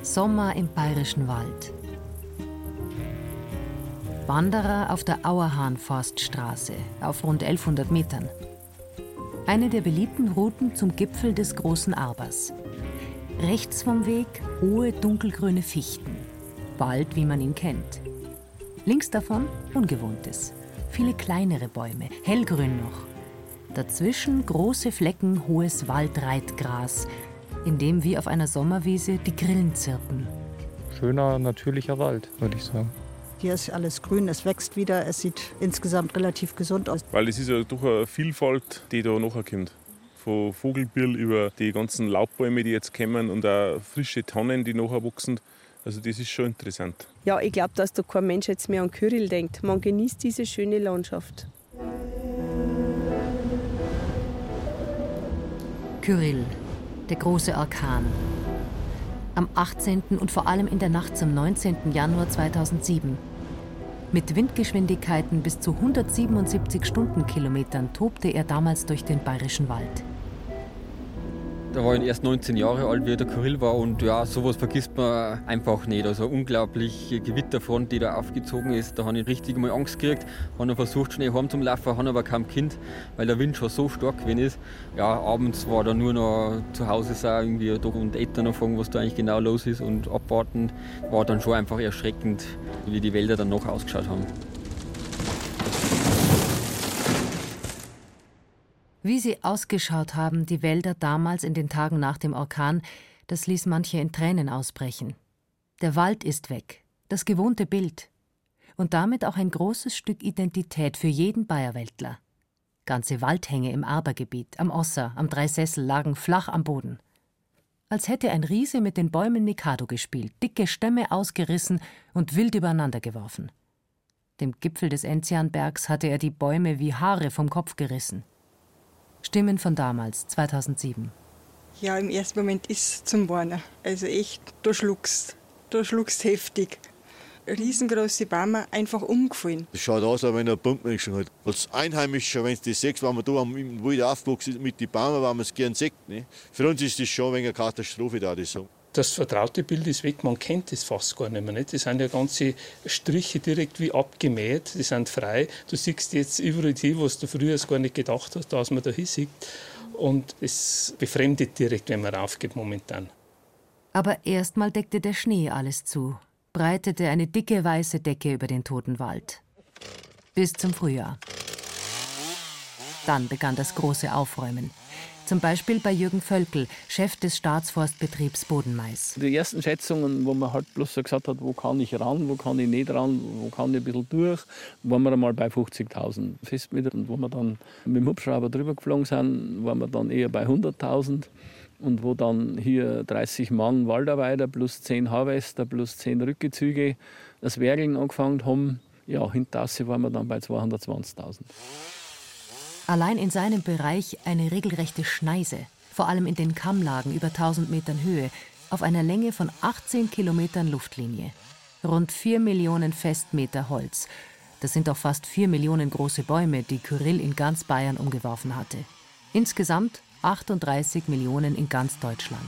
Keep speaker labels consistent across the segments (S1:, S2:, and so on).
S1: Sommer im Bayerischen Wald. Wanderer auf der Auerhahn-Forststraße auf rund 1100 Metern. Eine der beliebten Routen zum Gipfel des Großen Arbers. Rechts vom Weg hohe dunkelgrüne Fichten. Wald, wie man ihn kennt. Links davon Ungewohntes. Viele kleinere Bäume, hellgrün noch. Dazwischen große Flecken hohes Waldreitgras, in dem wie auf einer Sommerwiese die Grillen zirpen.
S2: Schöner, natürlicher Wald, würde ich sagen.
S3: Hier ist alles grün, es wächst wieder, es sieht insgesamt relativ gesund aus.
S4: Weil es ist ja doch eine Vielfalt, die da nachkommt. Von Vogelbirl über die ganzen Laubbäume, die jetzt kommen, und auch frische Tannen, die nachher wachsen. Also das ist schon interessant.
S5: Ja, ich glaube, dass da kein Mensch jetzt mehr an Kyrill denkt. Man genießt diese schöne Landschaft.
S1: Kyrill, der große Orkan. Am 18. und vor allem in der Nacht zum 19. Januar 2007. Mit Windgeschwindigkeiten bis zu 177 Stundenkilometern tobte er damals durch den Bayerischen Wald.
S6: Da war ich erst 19 Jahre alt, wie der Kyrill war, und ja, sowas vergisst man einfach nicht. Also eine unglaubliche Gewitterfront, die da aufgezogen ist. Da habe ich richtig mal Angst gekriegt, habe versucht, schnell heimzulaufen, habe aber kaum Kind, weil der Wind schon so stark gewesen ist. Ja, abends war da nur noch zu Hause sein, irgendwie da und Eltern noch fragen, was da eigentlich genau los ist, und abwarten. War dann schon einfach erschreckend, wie die Wälder dann noch ausgeschaut haben.
S1: Wie sie ausgeschaut haben, die Wälder damals in den Tagen nach dem Orkan, das ließ manche in Tränen ausbrechen. Der Wald ist weg, das gewohnte Bild. Und damit auch ein großes Stück Identität für jeden Bayerweltler. Ganze Waldhänge im Arbergebiet, am Osser, am Dreisessel lagen flach am Boden. Als hätte ein Riese mit den Bäumen Mikado gespielt, dicke Stämme ausgerissen und wild übereinander geworfen. Dem Gipfel des Enzianbergs hatte er die Bäume wie Haare vom Kopf gerissen. Stimmen von damals, 2007.
S7: Ja, im ersten Moment ist es zum Warnen. Also echt, du schluckst heftig. Riesengroße Bäume einfach umgefallen.
S8: Es schaut aus, als wenn ein Pumpmenschen hat. Als Einheimischer, wenn du das siehst, wenn man da im Wald aufgewachsen ist mit den Bäumen, wenn man es gerne sieht. Ne? Für uns ist das schon ein wenig eine Katastrophe, da ich sagen.
S2: Das vertraute Bild ist weg, man kennt es fast gar nicht mehr. Nicht? Das sind ja ganze Striche direkt wie abgemäht, die sind frei. Du siehst jetzt überall hin, was du früher gar nicht gedacht hast, dass man da hin sieht. Und es befremdet direkt, wenn man raufgeht momentan.
S1: Aber erstmal deckte der Schnee alles zu, breitete eine dicke weiße Decke über den toten Wald. Bis zum Frühjahr. Dann begann das große Aufräumen. Zum Beispiel bei Jürgen Völkel, Chef des Staatsforstbetriebs Bodenmais.
S9: Die ersten Schätzungen, wo man halt bloß so gesagt hat, wo kann ich ran, wo kann ich nicht ran, wo kann ich ein bisschen durch, waren wir einmal bei 50.000 Festmeter. Und wo wir dann mit dem Hubschrauber drüber geflogen sind, waren wir dann eher bei 100.000. Und wo dann hier 30 Mann Waldarbeiter plus 10 Harvester plus 10 Rückgezüge das Werkeln angefangen haben, ja, hinterher waren wir dann bei 220.000.
S1: Allein in seinem Bereich eine regelrechte Schneise, vor allem in den Kammlagen über 1000 Metern Höhe, auf einer Länge von 18 Kilometern Luftlinie. Rund 4 Millionen Festmeter Holz. Das sind doch fast 4 Millionen große Bäume, die Kyrill in ganz Bayern umgeworfen hatte. Insgesamt 38 Millionen in ganz Deutschland.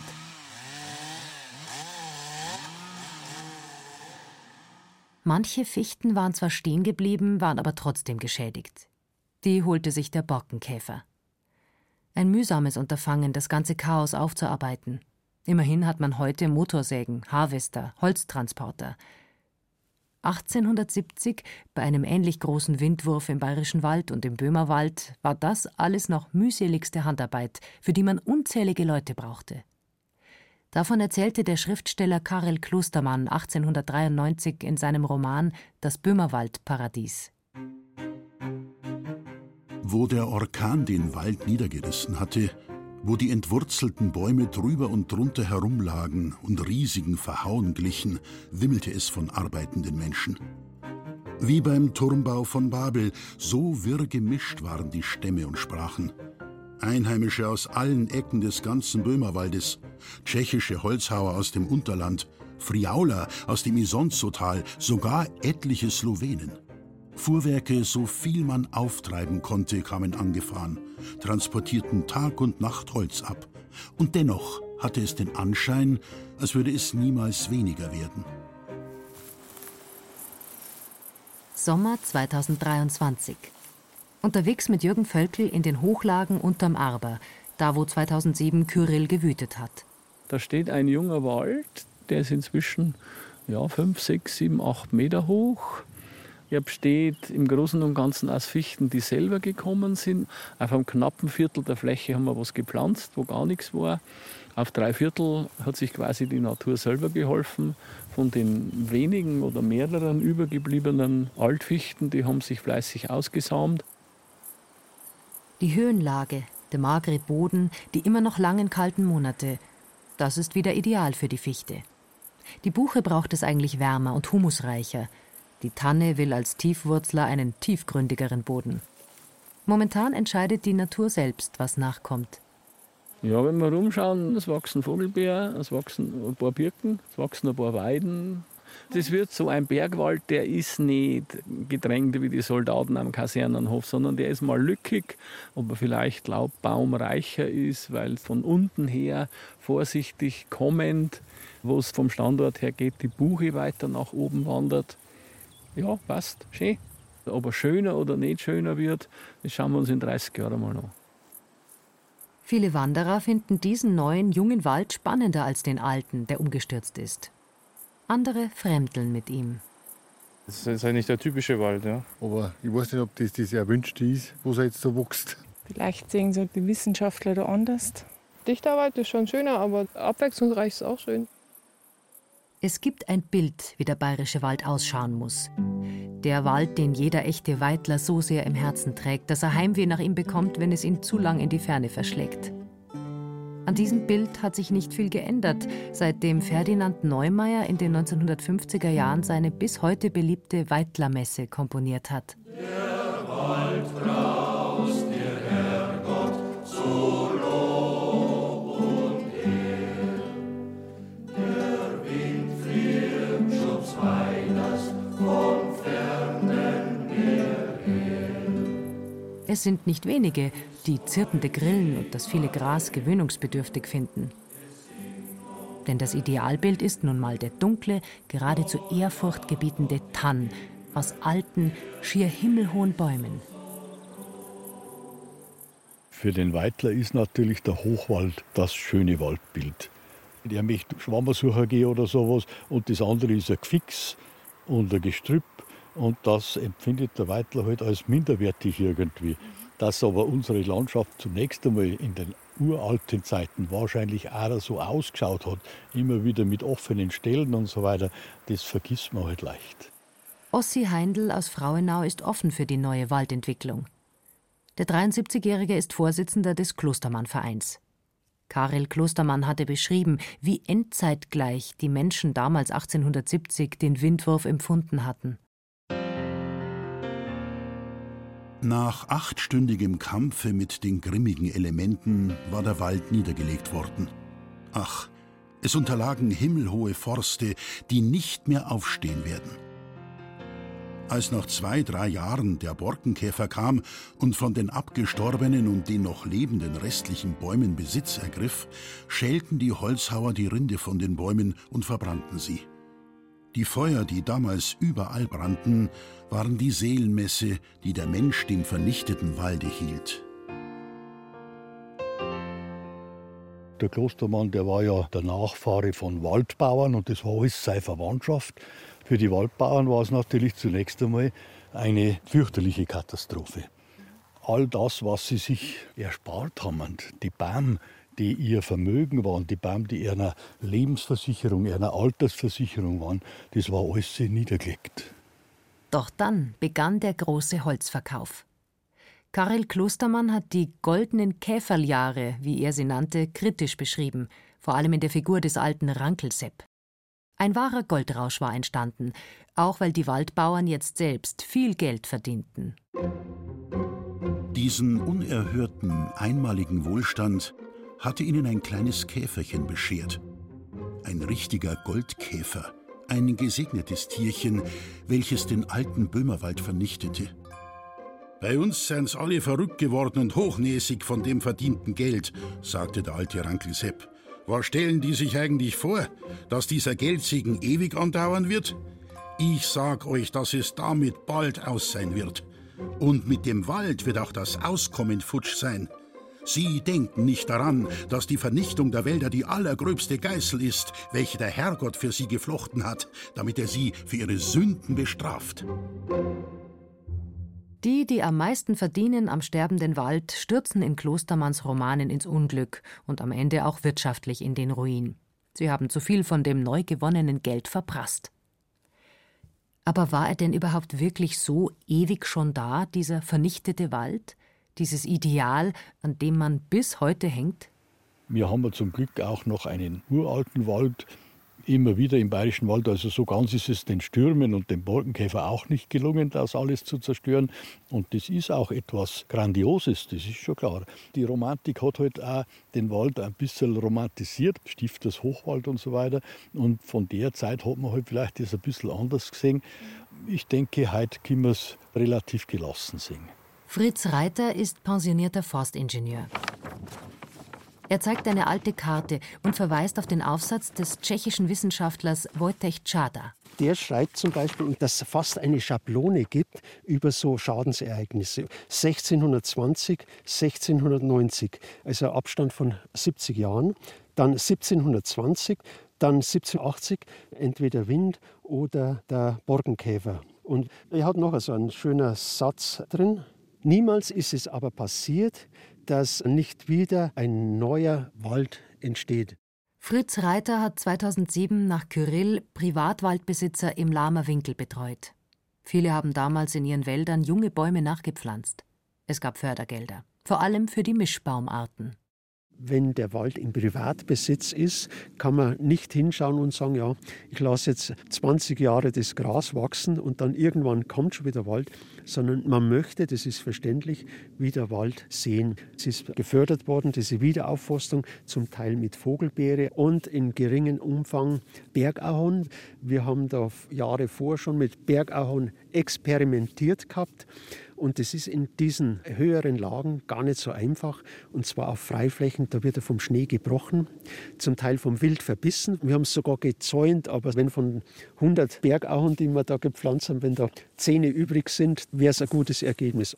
S1: Manche Fichten waren zwar stehen geblieben, waren aber trotzdem geschädigt. Die holte sich der Borkenkäfer. Ein mühsames Unterfangen, das ganze Chaos aufzuarbeiten. Immerhin hat man heute Motorsägen, Harvester, Holztransporter. 1870, bei einem ähnlich großen Windwurf im Bayerischen Wald und im Böhmerwald, war das alles noch mühseligste Handarbeit, für die man unzählige Leute brauchte. Davon erzählte der Schriftsteller Karel Klostermann 1893 in seinem Roman »Das Böhmerwaldparadies«.
S10: Wo der Orkan den Wald niedergerissen hatte, wo die entwurzelten Bäume drüber und drunter herumlagen und riesigen Verhauen glichen, wimmelte es von arbeitenden Menschen. Wie beim Turmbau von Babel, so wirr gemischt waren die Stämme und Sprachen. Einheimische aus allen Ecken des ganzen Böhmerwaldes, tschechische Holzhauer aus dem Unterland, Friauler aus dem Isonzotal, sogar etliche Slowenen. Fuhrwerke, so viel man auftreiben konnte, kamen angefahren, transportierten Tag und Nacht Holz ab. Und dennoch hatte es den Anschein, als würde es niemals weniger werden.
S1: Sommer 2023. Unterwegs mit Jürgen Völkl in den Hochlagen unterm Arber, da wo 2007 Kyrill gewütet hat.
S9: Da steht ein junger Wald, der ist inzwischen 5, 6, 7, 8 Meter hoch. Er besteht im Großen und Ganzen aus Fichten, die selber gekommen sind. Auf einem knappen Viertel der Fläche haben wir was gepflanzt, wo gar nichts war. Auf 3/4 hat sich quasi die Natur selber geholfen. Von den wenigen oder mehreren übergebliebenen Altfichten, die haben sich fleißig ausgesamt.
S1: Die Höhenlage, der magere Boden, die immer noch langen kalten Monate, das ist wieder ideal für die Fichte. Die Buche braucht es eigentlich wärmer und humusreicher. Die Tanne will als Tiefwurzler einen tiefgründigeren Boden. Momentan entscheidet die Natur selbst, was nachkommt.
S9: Ja, wenn wir rumschauen, es wachsen Vogelbeeren, es wachsen ein paar Birken, es wachsen ein paar Weiden. Das wird so ein Bergwald, der ist nicht gedrängt wie die Soldaten am Kasernenhof, sondern der ist mal lückig, ob er vielleicht laubbaumreicher ist, weil von unten her vorsichtig kommend, wo es vom Standort her geht, die Buche weiter nach oben wandert. Ja, passt, schön. Ob er schöner oder nicht schöner wird, das schauen wir uns in 30 Jahren mal an.
S1: Viele Wanderer finden diesen neuen, jungen Wald spannender als den alten, der umgestürzt ist. Andere fremdeln mit ihm.
S11: Das ist eigentlich der typische Wald, ja.
S12: Aber ich weiß nicht, ob das Erwünschte ist, was er jetzt so wächst.
S13: Vielleicht sehen so die Wissenschaftler da anders. Dichterwald ist schon schöner, aber abwechslungsreich ist auch schön.
S1: Es gibt ein Bild, wie der bayerische Wald ausschauen muss. Der Wald, den jeder echte Weidler so sehr im Herzen trägt, dass er Heimweh nach ihm bekommt, wenn es ihn zu lang in die Ferne verschlägt. An diesem Bild hat sich nicht viel geändert, seitdem Ferdinand Neumeier in den 1950er Jahren seine bis heute beliebte Weidlermesse komponiert hat.
S14: Der Wald braust, der Herrgott, so Lob und Ehr. Der Wind friert, Schutz Weilers vom fernen Meer her.
S1: Es sind nicht wenige, die zirpende Grillen und das viele Gras gewöhnungsbedürftig finden. Denn das Idealbild ist nun mal der dunkle, geradezu ehrfurchtgebietende Tann aus alten, schier himmelhohen Bäumen.
S12: Für den Weidler ist natürlich der Hochwald das schöne Waldbild. Der möchte Schwammersucher gehen oder sowas und das andere ist ein Gefix und ein Gestrüpp und das empfindet der Weidler halt als minderwertig irgendwie. Dass aber unsere Landschaft zunächst einmal in den uralten Zeiten wahrscheinlich auch so ausgeschaut hat, immer wieder mit offenen Stellen und so weiter, das vergisst man halt leicht.
S1: Ossi Heindl aus Frauenau ist offen für die neue Waldentwicklung. Der 73-Jährige ist Vorsitzender des Klostermann-Vereins. Karel Klostermann hatte beschrieben, wie endzeitgleich die Menschen damals 1870 den Windwurf empfunden hatten.
S10: Nach 8-stündigem Kampfe mit den grimmigen Elementen war der Wald niedergelegt worden. Ach, es unterlagen himmelhohe Forste, die nicht mehr aufstehen werden. Als nach 2-3 Jahren der Borkenkäfer kam und von den abgestorbenen und den noch lebenden restlichen Bäumen Besitz ergriff, schälten die Holzhauer die Rinde von den Bäumen und verbrannten sie. Die Feuer, die damals überall brannten, waren die Seelenmesse, die der Mensch dem vernichteten Walde hielt.
S12: Der Klostermann, der war ja der Nachfahre von Waldbauern und das war alles seine Verwandtschaft. Für die Waldbauern war es natürlich zunächst einmal eine fürchterliche Katastrophe. All das, was sie sich erspart haben, die Bäume, die ihr Vermögen waren, die Bäume, die ihrer Lebensversicherung, ihrer Altersversicherung waren, das war alles niedergelegt.
S1: Doch dann begann der große Holzverkauf. Karel Klostermann hat die goldenen Käferljahre, wie er sie nannte, kritisch beschrieben, vor allem in der Figur des alten Rankelsepp. Ein wahrer Goldrausch war entstanden, auch weil die Waldbauern jetzt selbst viel Geld verdienten.
S10: Diesen unerhörten, einmaligen Wohlstand hatte ihnen ein kleines Käferchen beschert. Ein richtiger Goldkäfer, ein gesegnetes Tierchen, welches den alten Böhmerwald vernichtete. »Bei uns sind's alle verrückt geworden und hochnäsig von dem verdienten Geld«, sagte der alte Rankelsepp. Was stellen die sich eigentlich vor? Dass dieser Geldsegen ewig andauern wird? Ich sag euch, dass es damit bald aus sein wird. Und mit dem Wald wird auch das Auskommen futsch sein. Sie denken nicht daran, dass die Vernichtung der Wälder die allergröbste Geißel ist, welche der Herrgott für sie geflochten hat, damit er sie für ihre Sünden bestraft.
S1: Die am meisten verdienen am sterbenden Wald, stürzen in Klostermanns Romanen ins Unglück und am Ende auch wirtschaftlich in den Ruin. Sie haben zu viel von dem neu gewonnenen Geld verprasst. Aber war er denn überhaupt wirklich so ewig schon da, dieser vernichtete Wald? Dieses Ideal, an dem man bis heute hängt?
S12: Wir haben zum Glück auch noch einen uralten Wald, immer wieder im Bayerischen Wald. Also so ganz ist es den Stürmen und dem Borkenkäfer auch nicht gelungen, das alles zu zerstören. Und das ist auch etwas Grandioses, das ist schon klar. Die Romantik hat halt auch den Wald ein bisschen romantisiert, Stifters Hochwald und so weiter. Und von der Zeit hat man halt vielleicht das ein bisschen anders gesehen. Ich denke, heute können wir es relativ gelassen sehen.
S1: Fritz Reiter ist pensionierter Forstingenieur. Er zeigt eine alte Karte und verweist auf den Aufsatz des tschechischen Wissenschaftlers Wojtek Čada.
S15: Der schreibt zum Beispiel, dass es fast eine Schablone gibt über so Schadensereignisse. 1620, 1690, also ein Abstand von 70 Jahren. Dann 1720, dann 1780, entweder Wind oder der Borkenkäfer. Und er hat noch so einen schönen Satz drin. Niemals ist es aber passiert, dass nicht wieder ein neuer Wald entsteht.
S1: Fritz Reiter hat 2007 nach Kyrill Privatwaldbesitzer im Lahmer Winkel betreut. Viele haben damals in ihren Wäldern junge Bäume nachgepflanzt. Es gab Fördergelder, vor allem für die Mischbaumarten.
S15: Wenn der Wald im Privatbesitz ist, kann man nicht hinschauen und sagen, ja, ich lasse jetzt 20 Jahre das Gras wachsen und dann irgendwann kommt schon wieder Wald, sondern man möchte, das ist verständlich, wieder Wald sehen. Es ist gefördert worden, diese Wiederaufforstung, zum Teil mit Vogelbeere und in geringem Umfang Bergahorn. Wir haben da Jahre vor schon mit Bergahorn experimentiert gehabt. Und das ist in diesen höheren Lagen gar nicht so einfach. Und zwar auf Freiflächen, da wird er vom Schnee gebrochen, zum Teil vom Wild verbissen. Wir haben es sogar gezäunt, aber wenn von 100 Bergahorn, die wir da gepflanzt haben, wenn da 10 übrig sind, wäre es ein gutes Ergebnis.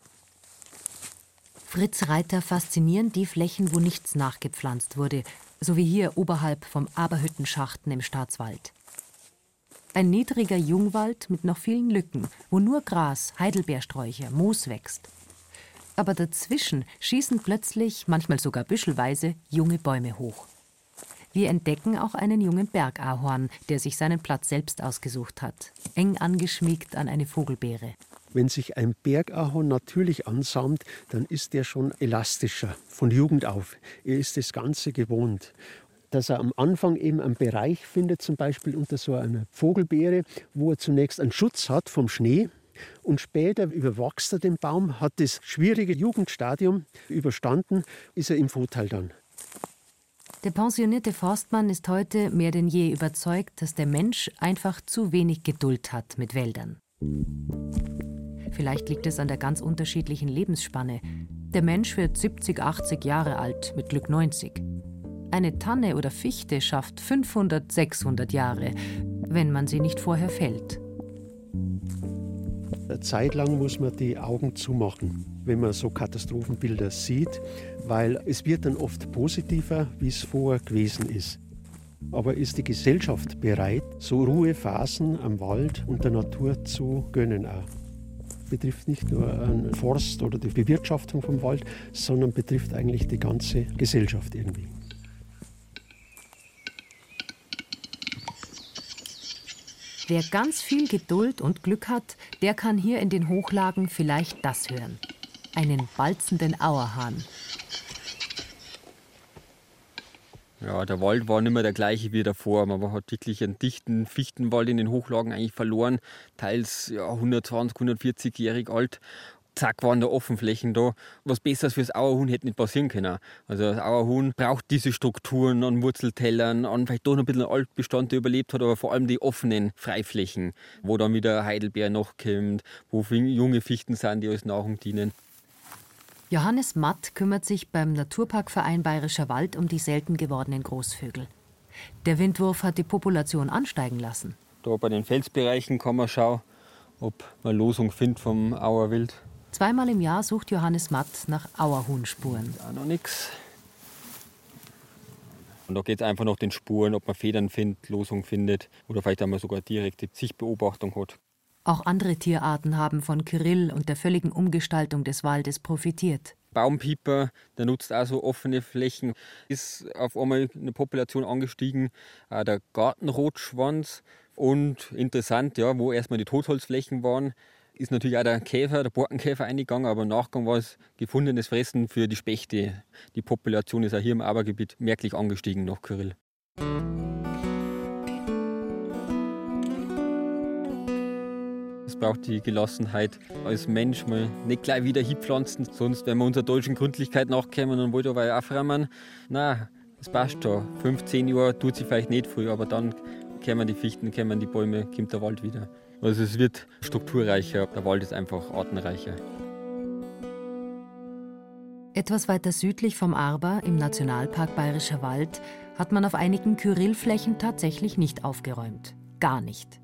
S1: Fritz Reiter faszinieren die Flächen, wo nichts nachgepflanzt wurde, so wie hier oberhalb vom Aberhüttenschachten im Staatswald. Ein niedriger Jungwald mit noch vielen Lücken, wo nur Gras, Heidelbeersträucher, Moos wächst. Aber dazwischen schießen plötzlich, manchmal sogar büschelweise, junge Bäume hoch. Wir entdecken auch einen jungen Bergahorn, der sich seinen Platz selbst ausgesucht hat, eng angeschmiegt an eine Vogelbeere.
S15: Wenn sich ein Bergahorn natürlich ansammelt, dann ist er schon elastischer, von Jugend auf. Er ist das Ganze gewohnt. Dass er am Anfang eben einen Bereich findet, zum Beispiel unter so einer Vogelbeere, wo er zunächst einen Schutz hat vom Schnee und später überwachst er den Baum, hat das schwierige Jugendstadium überstanden, ist er im Vorteil dann.
S1: Der pensionierte Forstmann ist heute mehr denn je überzeugt, dass der Mensch einfach zu wenig Geduld hat mit Wäldern. Vielleicht liegt es an der ganz unterschiedlichen Lebensspanne. Der Mensch wird 70, 80 Jahre alt, mit Glück 90. Eine Tanne oder Fichte schafft 500, 600 Jahre, wenn man sie nicht vorher fällt.
S15: Eine Zeit lang muss man die Augen zumachen, wenn man so Katastrophenbilder sieht, weil es wird dann oft positiver, wie es vorher gewesen ist. Aber ist die Gesellschaft bereit, so Ruhephasen am Wald und der Natur zu gönnen auch? Betrifft nicht nur einen Forst oder die Bewirtschaftung vom Wald, sondern betrifft eigentlich die ganze Gesellschaft irgendwie.
S1: Wer ganz viel Geduld und Glück hat, der kann hier in den Hochlagen vielleicht das hören. Einen balzenden Auerhahn.
S6: Ja, der Wald war nicht mehr der gleiche wie davor. Man hat wirklich einen dichten Fichtenwald in den Hochlagen eigentlich verloren. Teils 120, 140-jährig alt. Zack, waren da Offenflächen da. Was Besseres fürs Auerhuhn hätte nicht passieren können. Also das Auerhuhn braucht diese Strukturen an Wurzeltellern, an vielleicht doch noch ein bisschen Altbestand, der überlebt hat, aber vor allem die offenen Freiflächen, wo dann wieder Heidelbeer nachkommt, wo junge Fichten sind, die als Nahrung dienen.
S1: Johannes Matt kümmert sich beim Naturparkverein Bayerischer Wald um die selten gewordenen Großvögel. Der Windwurf hat die Population ansteigen lassen.
S6: Da bei den Felsbereichen kann man schauen, ob man Losung findet vom Auerwild.
S1: Zweimal im Jahr sucht Johannes Matt nach Auerhuhnspuren.
S6: Auch noch nichts. Und da geht es einfach nach den Spuren, ob man Federn findet, Losung findet oder vielleicht einmal sogar direkte Sichtbeobachtung hat.
S1: Auch andere Tierarten haben von Kyrill und der völligen Umgestaltung des Waldes profitiert.
S6: Baumpieper, der nutzt auch so offene Flächen. Ist auf einmal eine Population angestiegen. Auch der Gartenrotschwanz. Und interessant, ja, wo erstmal die Totholzflächen waren, ist natürlich auch der Käfer, der Borkenkäfer eingegangen. Aber im Nachgang war es gefundenes Fressen für die Spechte. Die Population ist auch hier im Auergebiet merklich angestiegen nach Kyrill. Es braucht die Gelassenheit als Mensch mal nicht gleich wieder hinpflanzen. Sonst, wenn wir unserer deutschen Gründlichkeit nachkommen und wollen aber aufräumen, na, es passt schon. 15 Jahre tut sich vielleicht nicht früh, aber dann kommen die Fichten, kommen die Bäume, kommt der Wald wieder. Also es wird strukturreicher, der Wald ist einfach artenreicher.
S1: Etwas weiter südlich vom Arber, im Nationalpark Bayerischer Wald, hat man auf einigen Kyrillflächen tatsächlich nicht aufgeräumt. Gar nicht.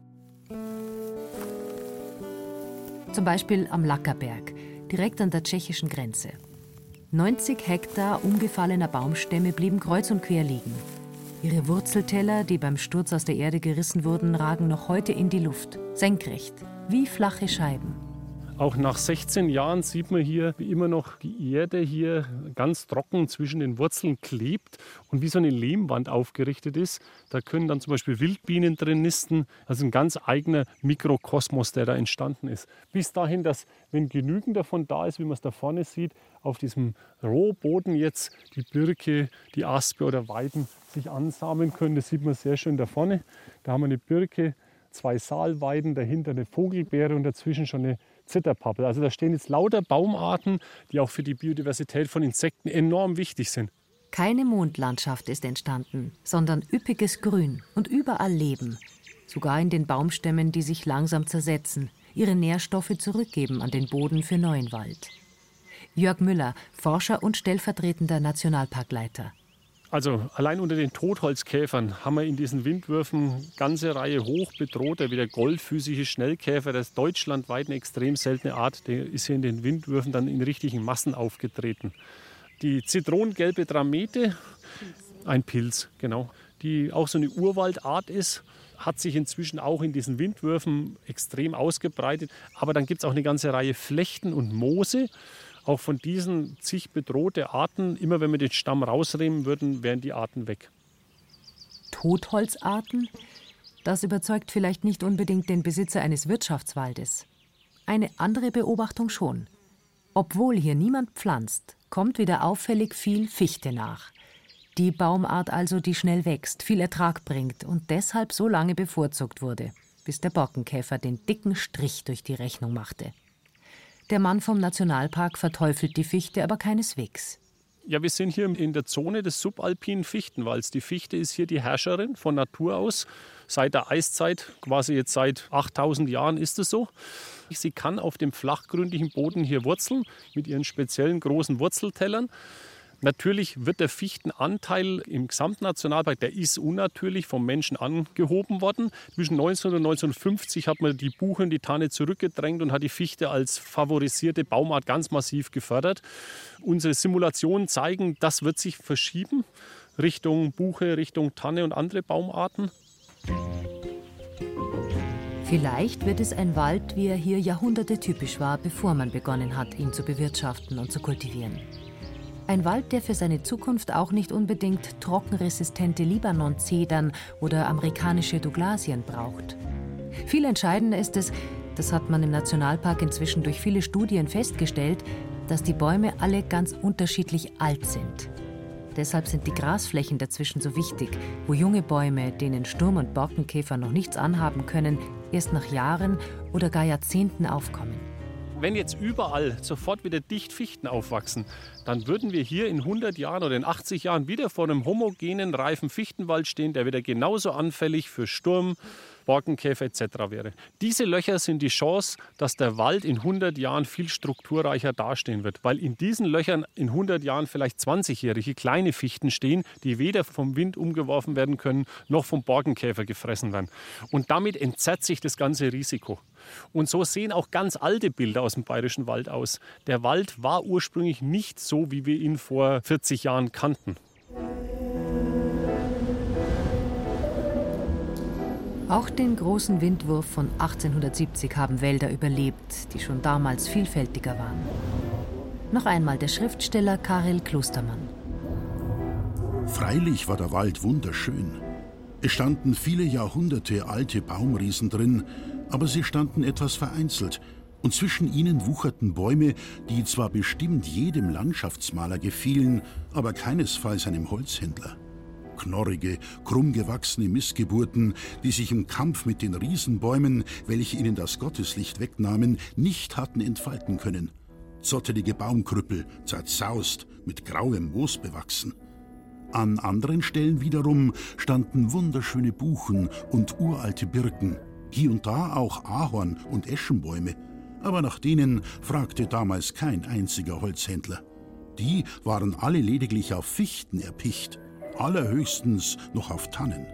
S1: Zum Beispiel am Lackerberg, direkt an der tschechischen Grenze. 90 Hektar umgefallener Baumstämme blieben kreuz und quer liegen. Ihre Wurzelteller, die beim Sturz aus der Erde gerissen wurden, ragen noch heute in die Luft, senkrecht, wie flache Scheiben.
S2: Auch nach 16 Jahren sieht man hier, wie immer noch die Erde hier ganz trocken zwischen den Wurzeln klebt und wie so eine Lehmwand aufgerichtet ist. Da können dann zum Beispiel Wildbienen drin nisten. Das ist ein ganz eigener Mikrokosmos, der da entstanden ist. Bis dahin, dass, wenn genügend davon da ist, wie man es da vorne sieht, auf diesem Rohboden jetzt die Birke, die Aspe oder Weiden sich ansamen können. Das sieht man sehr schön da vorne. Da haben wir eine Birke, 2 Saalweiden, dahinter eine Vogelbeere und dazwischen schon eine Zitterpappel. Also da stehen jetzt lauter Baumarten, die auch für die Biodiversität von Insekten enorm wichtig sind.
S1: Keine Mondlandschaft ist entstanden, sondern üppiges Grün und überall Leben. Sogar in den Baumstämmen, die sich langsam zersetzen, ihre Nährstoffe zurückgeben an den Boden für neuen Wald. Jörg Müller, Forscher und stellvertretender Nationalparkleiter.
S2: Also allein unter den Totholzkäfern haben wir in diesen Windwürfen eine ganze Reihe hochbedrohter, wie der goldfüßige Schnellkäfer. Das ist deutschlandweit eine extrem seltene Art. Der ist hier in den Windwürfen dann in richtigen Massen aufgetreten. Die zitronengelbe Dramete, ein Pilz, genau, die auch so eine Urwaldart ist, hat sich inzwischen auch in diesen Windwürfen extrem ausgebreitet. Aber dann gibt es auch eine ganze Reihe Flechten und Moose. Auch von diesen zig bedrohte Arten, immer wenn wir den Stamm rausnehmen würden, wären die Arten weg.
S1: Totholzarten? Das überzeugt vielleicht nicht unbedingt den Besitzer eines Wirtschaftswaldes. Eine andere Beobachtung schon. Obwohl hier niemand pflanzt, kommt wieder auffällig viel Fichte nach. Die Baumart also, die schnell wächst, viel Ertrag bringt und deshalb so lange bevorzugt wurde, bis der Borkenkäfer den dicken Strich durch die Rechnung machte. Der Mann vom Nationalpark verteufelt die Fichte aber keineswegs.
S2: Ja, wir sind hier in der Zone des subalpinen Fichtenwalds. Die Fichte ist hier die Herrscherin von Natur aus. Seit der Eiszeit, quasi jetzt seit 8000 Jahren ist es so. Sie kann auf dem flachgründigen Boden hier wurzeln mit ihren speziellen großen Wurzeltellern. Natürlich wird der Fichtenanteil im Gesamtnationalpark, der ist unnatürlich vom Menschen angehoben worden. Zwischen 1900 und 1950 hat man die Buche und die Tanne zurückgedrängt und hat die Fichte als favorisierte Baumart ganz massiv gefördert. Unsere Simulationen zeigen, das wird sich verschieben Richtung Buche, Richtung Tanne und andere Baumarten.
S1: Vielleicht wird es ein Wald, wie er hier Jahrhunderte typisch war, bevor man begonnen hat, ihn zu bewirtschaften und zu kultivieren. Ein Wald, der für seine Zukunft auch nicht unbedingt trockenresistente Libanon-Zedern oder amerikanische Douglasien braucht. Viel entscheidender ist es, das hat man im Nationalpark inzwischen durch viele Studien festgestellt, dass die Bäume alle ganz unterschiedlich alt sind. Deshalb sind die Grasflächen dazwischen so wichtig, wo junge Bäume, denen Sturm- und Borkenkäfer noch nichts anhaben können, erst nach Jahren oder gar Jahrzehnten aufkommen.
S2: Wenn jetzt überall sofort wieder dicht Fichten aufwachsen, dann würden wir hier in 100 Jahren oder in 80 Jahren wieder vor einem homogenen, reifen Fichtenwald stehen, der wieder genauso anfällig für Sturm,
S16: Borkenkäfer etc. wäre. Diese Löcher sind die Chance, dass der Wald in 100 Jahren viel strukturreicher dastehen wird, weil in diesen Löchern in 100 Jahren vielleicht 20-jährige kleine Fichten stehen, die weder vom Wind umgeworfen werden können, noch vom Borkenkäfer gefressen werden. Und damit entzerrt sich das ganze Risiko. Und so sehen auch ganz alte Bilder aus dem Bayerischen Wald aus. Der Wald war ursprünglich nicht so, wie wir ihn vor 40 Jahren kannten.
S1: Auch den großen Windwurf von 1870 haben Wälder überlebt, die schon damals vielfältiger waren. Noch einmal der Schriftsteller Karel Klostermann.
S10: Freilich war der Wald wunderschön. Es standen viele Jahrhunderte alte Baumriesen drin, aber sie standen etwas vereinzelt. Und zwischen ihnen wucherten Bäume, die zwar bestimmt jedem Landschaftsmaler gefielen, aber keinesfalls einem Holzhändler. Knorrige, krumm gewachsene Missgeburten, die sich im Kampf mit den Riesenbäumen, welche ihnen das Gotteslicht wegnahmen, nicht hatten entfalten können. Zottelige Baumkrüppel, zerzaust, mit grauem Moos bewachsen. An anderen Stellen wiederum standen wunderschöne Buchen und uralte Birken, hier und da auch Ahorn- und Eschenbäume. Aber nach denen fragte damals kein einziger Holzhändler. Die waren alle lediglich auf Fichten erpicht, allerhöchstens noch auf Tannen.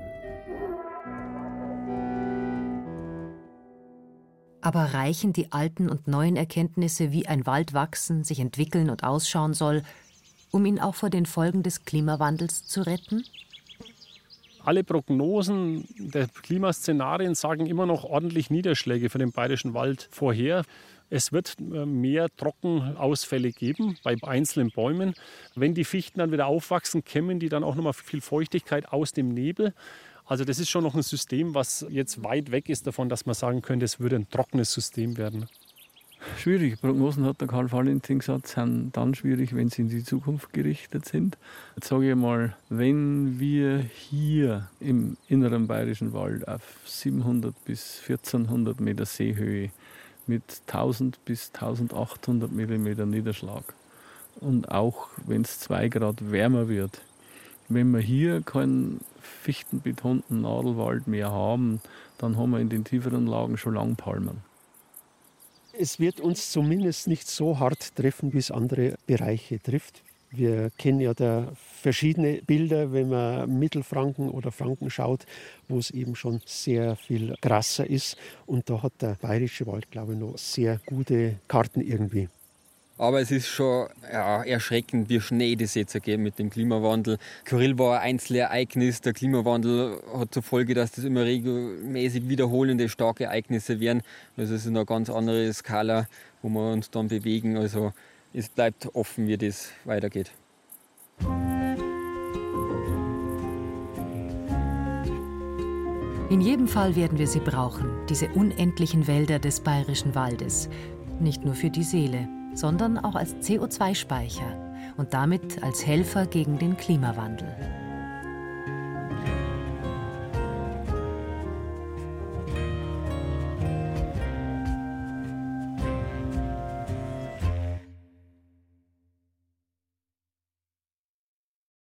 S1: Aber reichen die alten und neuen Erkenntnisse, wie ein Wald wachsen, sich entwickeln und ausschauen soll, um ihn auch vor den Folgen des Klimawandels zu retten?
S16: Alle Prognosen der Klimaszenarien sagen immer noch ordentlich Niederschläge für den Bayerischen Wald vorher. Es wird mehr Trockenausfälle geben bei einzelnen Bäumen. Wenn die Fichten dann wieder aufwachsen, kämmen die dann auch nochmal viel Feuchtigkeit aus dem Nebel. Also das ist schon noch ein System, was jetzt weit weg ist davon, dass man sagen könnte, es würde ein trockenes System werden.
S9: Schwierige Prognosen, hat der Karl Valentin gesagt, sind dann schwierig, wenn sie in die Zukunft gerichtet sind. Jetzt sage ich mal, wenn wir hier im inneren Bayerischen Wald auf 700 bis 1400 Meter Seehöhe mit 1000 bis 1800 Millimeter Niederschlag und auch wenn es 2 Grad wärmer wird, wenn wir hier keinen fichtenbetonten Nadelwald mehr haben, dann haben wir in den tieferen Lagen schon lang Palmen.
S15: Es wird uns zumindest nicht so hart treffen, wie es andere Bereiche trifft. Wir kennen ja da verschiedene Bilder, wenn man Mittelfranken oder Franken schaut, wo es eben schon sehr viel krasser ist. Und da hat der Bayerische Wald, glaube ich, noch sehr gute Karten irgendwie.
S6: Aber es ist schon erschreckend, wie schnell das jetzt geht mit dem Klimawandel. Kyrill war ein Einzelereignis. Der Klimawandel hat zur Folge, dass das immer regelmäßig wiederholende starke Ereignisse werden. Also es ist eine ganz andere Skala, wo wir uns dann bewegen. Also es bleibt offen, wie das weitergeht.
S1: In jedem Fall werden wir sie brauchen, diese unendlichen Wälder des Bayerischen Waldes. Nicht nur für die Seele, sondern auch als CO2-Speicher und damit als Helfer gegen den Klimawandel.